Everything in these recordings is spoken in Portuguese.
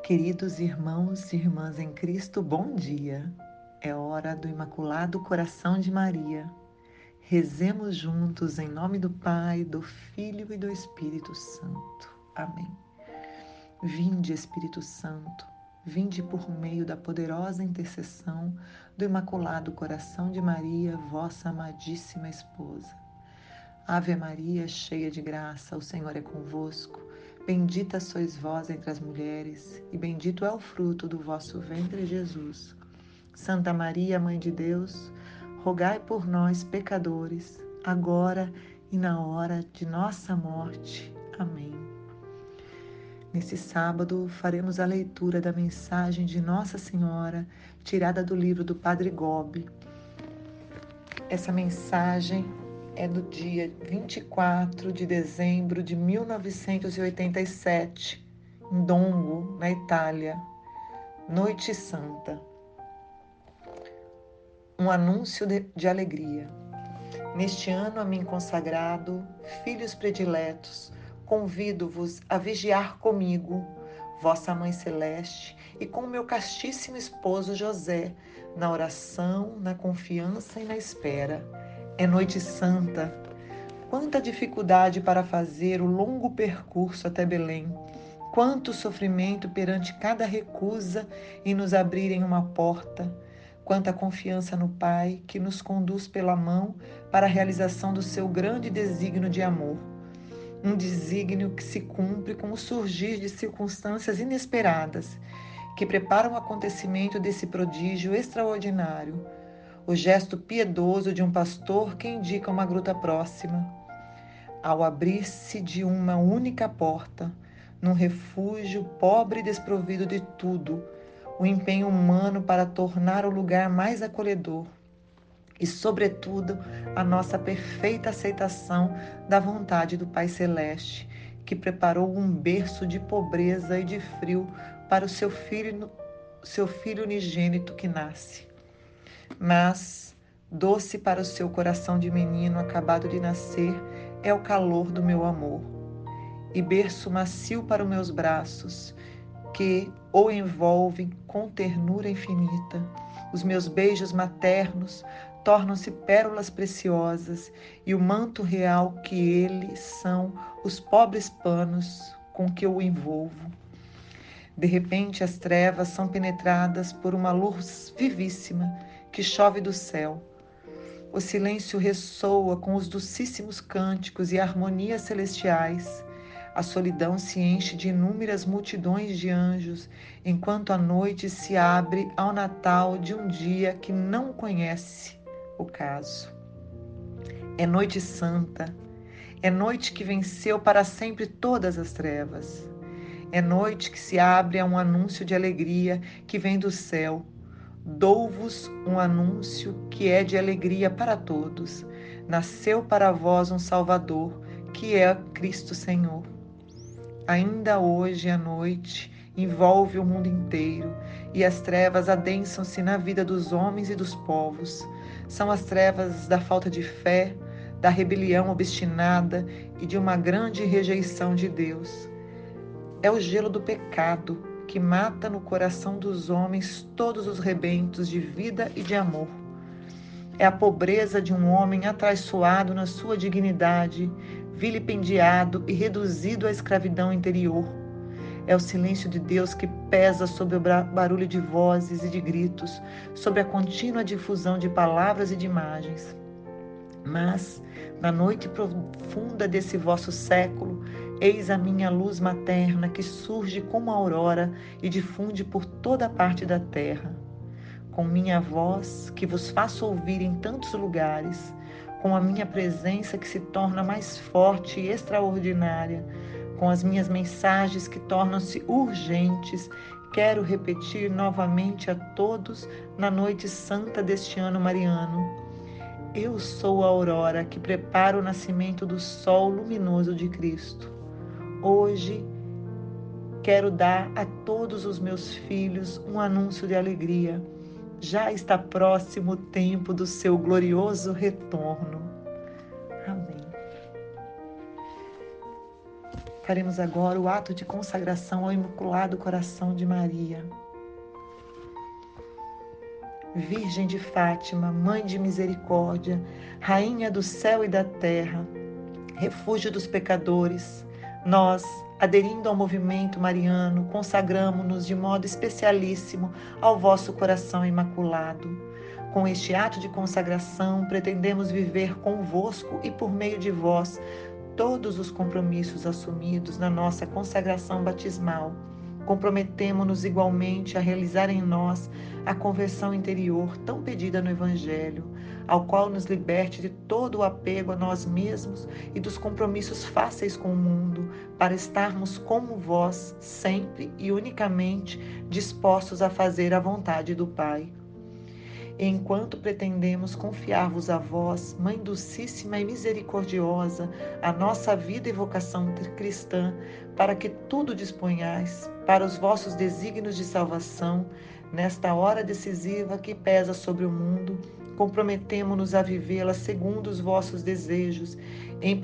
Queridos irmãos e irmãs em Cristo, bom dia. É hora do Imaculado Coração de Maria. Rezemos juntos em nome do Pai, do Filho e do Espírito Santo. Amém. Vinde, Espírito Santo, vinde por meio da poderosa intercessão do Imaculado Coração de Maria, vossa amadíssima esposa. Ave Maria, cheia de graça, o Senhor é convosco. Bendita sois vós entre as mulheres, e bendito é o fruto do vosso ventre, Jesus. Santa Maria, Mãe de Deus, rogai por nós, pecadores, agora e na hora de nossa morte. Amém. Nesse sábado, faremos a leitura da mensagem de Nossa Senhora, tirada do livro do Padre Gobi. Essa mensagem é do dia 24 de dezembro de 1987, em Dongo, na Itália, Noite Santa. Um anúncio de alegria. Neste ano a mim consagrado, filhos prediletos, convido-vos a vigiar comigo, vossa Mãe Celeste, e com meu castíssimo esposo José, na oração, na confiança e na espera. É noite santa. Quanta dificuldade para fazer o longo percurso até Belém. Quanto sofrimento perante cada recusa em nos abrirem uma porta. Quanta confiança no Pai que nos conduz pela mão para a realização do seu grande desígnio de amor. Um desígnio que se cumpre com o surgir de circunstâncias inesperadas, que preparam o acontecimento desse prodígio extraordinário. O gesto piedoso de um pastor que indica uma gruta próxima. Ao abrir-se de uma única porta, num refúgio pobre e desprovido de tudo, o empenho humano para tornar o lugar mais acolhedor e, sobretudo, a nossa perfeita aceitação da vontade do Pai Celeste, que preparou um berço de pobreza e de frio para o seu filho unigênito que nasce. Mas, doce para o seu coração de menino acabado de nascer, é o calor do meu amor. E berço macio para os meus braços, que o envolvem com ternura infinita. Os meus beijos maternos tornam-se pérolas preciosas, e o manto real que eles são os pobres panos com que eu o envolvo. De repente, as trevas são penetradas por uma luz vivíssima que chove do céu. O silêncio ressoa com os docíssimos cânticos e harmonias celestiais. A solidão se enche de inúmeras multidões de anjos, enquanto a noite se abre ao Natal de um dia que não conhece o caso. É noite santa, é noite que venceu para sempre todas as trevas. É noite que se abre a um anúncio de alegria que vem do céu. Dou-vos um anúncio que é de alegria para todos. Nasceu para vós um Salvador, que é Cristo Senhor. Ainda hoje à noite envolve o mundo inteiro, e as trevas adensam-se na vida dos homens e dos povos. São as trevas da falta de fé, da rebelião obstinada e de uma grande rejeição de Deus. É o gelo do pecado que mata no coração dos homens todos os rebentos de vida e de amor. É a pobreza de um homem atraiçoado na sua dignidade, vilipendiado e reduzido à escravidão interior. É o silêncio de Deus que pesa sobre o barulho de vozes e de gritos, sobre a contínua difusão de palavras e de imagens. Mas, na noite profunda desse vosso século, eis a minha luz materna que surge como a aurora e difunde por toda a parte da terra. Com minha voz, que vos faço ouvir em tantos lugares, com a minha presença que se torna mais forte e extraordinária, com as minhas mensagens que tornam-se urgentes, quero repetir novamente a todos na noite santa deste ano mariano. Eu sou a aurora que prepara o nascimento do sol luminoso de Cristo. Hoje, quero dar a todos os meus filhos um anúncio de alegria. Já está próximo o tempo do seu glorioso retorno. Amém. faremos agora o ato de consagração ao Imaculado Coração de Maria. Virgem de Fátima, Mãe de Misericórdia, Rainha do céu e da terra, refúgio dos pecadores, nós, aderindo ao movimento mariano, consagramo-nos de modo especialíssimo ao vosso coração imaculado. Com este ato de consagração, pretendemos viver convosco e por meio de vós todos os compromissos assumidos na nossa consagração batismal. Comprometemo-nos igualmente a realizar em nós a conversão interior tão pedida no Evangelho, ao qual nos liberte de todo o apego a nós mesmos e dos compromissos fáceis com o mundo, para estarmos como vós, sempre e unicamente dispostos a fazer a vontade do Pai. Enquanto pretendemos confiar-vos a vós, Mãe Dulcíssima e Misericordiosa, a nossa vida e vocação cristã, para que tudo disponhais para os vossos desígnios de salvação, nesta hora decisiva que pesa sobre o mundo, comprometemo-nos a vivê-la segundo os vossos desejos, em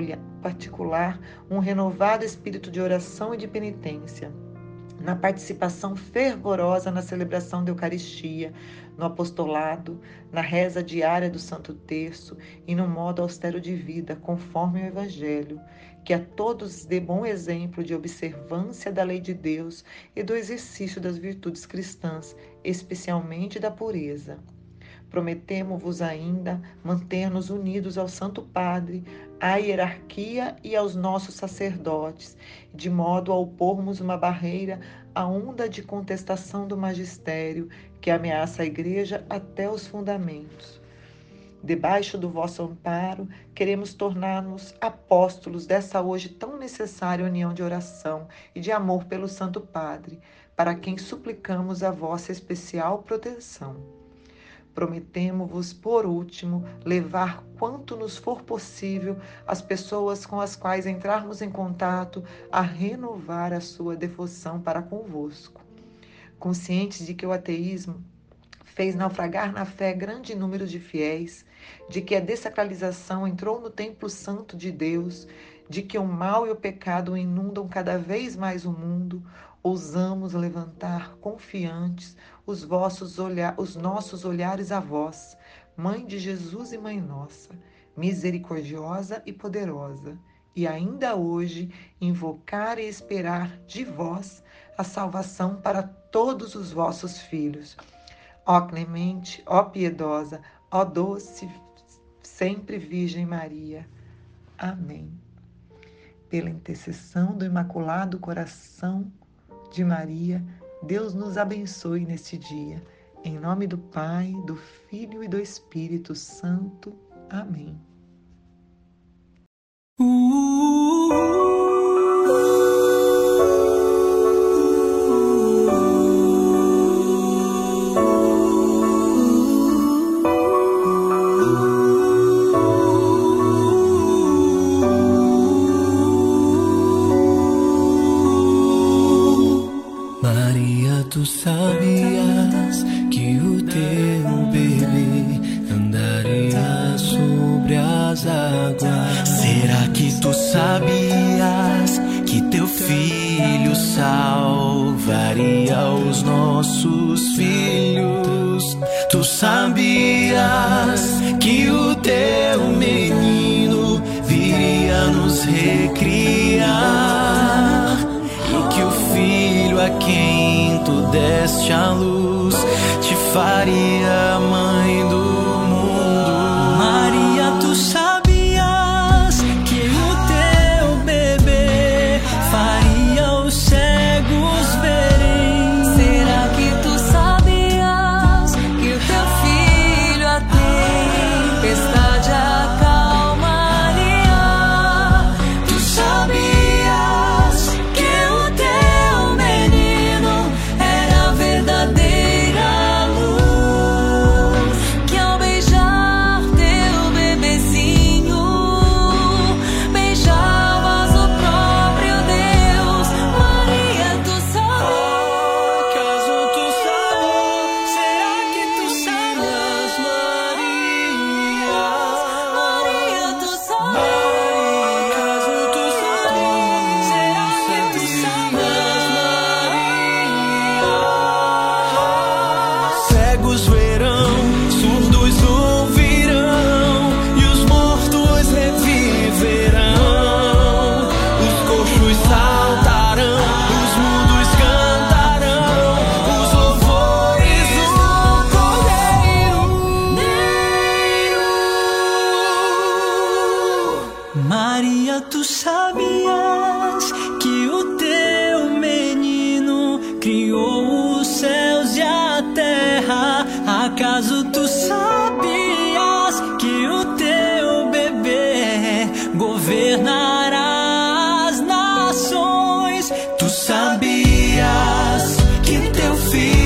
particular, um renovado espírito de oração e de penitência, na participação fervorosa na celebração da Eucaristia, no apostolado, na reza diária do Santo Terço e no modo austero de vida, conforme o Evangelho, que a todos dê bom exemplo de observância da lei de Deus e do exercício das virtudes cristãs, especialmente da pureza. Prometemo-vos ainda manter-nos unidos ao Santo Padre, à hierarquia e aos nossos sacerdotes, de modo a opormos uma barreira à onda de contestação do magistério que ameaça a Igreja até os fundamentos. Debaixo do vosso amparo, queremos tornar-nos apóstolos dessa hoje tão necessária união de oração e de amor pelo Santo Padre, para quem suplicamos a vossa especial proteção. Prometemo-vos, por último, levar quanto nos for possível as pessoas com as quais entrarmos em contato a renovar a sua devoção para convosco. Conscientes de que o ateísmo fez naufragar na fé grande número de fiéis, de que a dessacralização entrou no templo santo de Deus, de que o mal e o pecado inundam cada vez mais o mundo, ousamos levantar confiantes os nossos olhares a vós, Mãe de Jesus e Mãe nossa, misericordiosa e poderosa, e ainda hoje invocar e esperar de vós a salvação para todos os vossos filhos. Ó clemente, ó piedosa, ó doce, sempre Virgem Maria. Amém. Pela intercessão do Imaculado Coração de Maria, Deus nos abençoe neste dia. Em nome do Pai, do Filho e do Espírito Santo. Amém. Maria, tu sabias que o teu bebê andaria sobre as águas? Será que tu sabias que teu filho salvaria os nossos filhos? Tu sabias que o teu menino viria nos recriar? E que o filho a quem tu deste a luz te faria mãe do mundo. Maria, tu sabias que o teu bebê faria os cegos verem? Será que tu sabias que o teu filho a tempestade acalmaria? Tu sabias que o teu menino era a verdadeira luz? criou os céus e a terra. Acaso tu sabias que o teu bebê governará as nações? Tu sabias que teu filho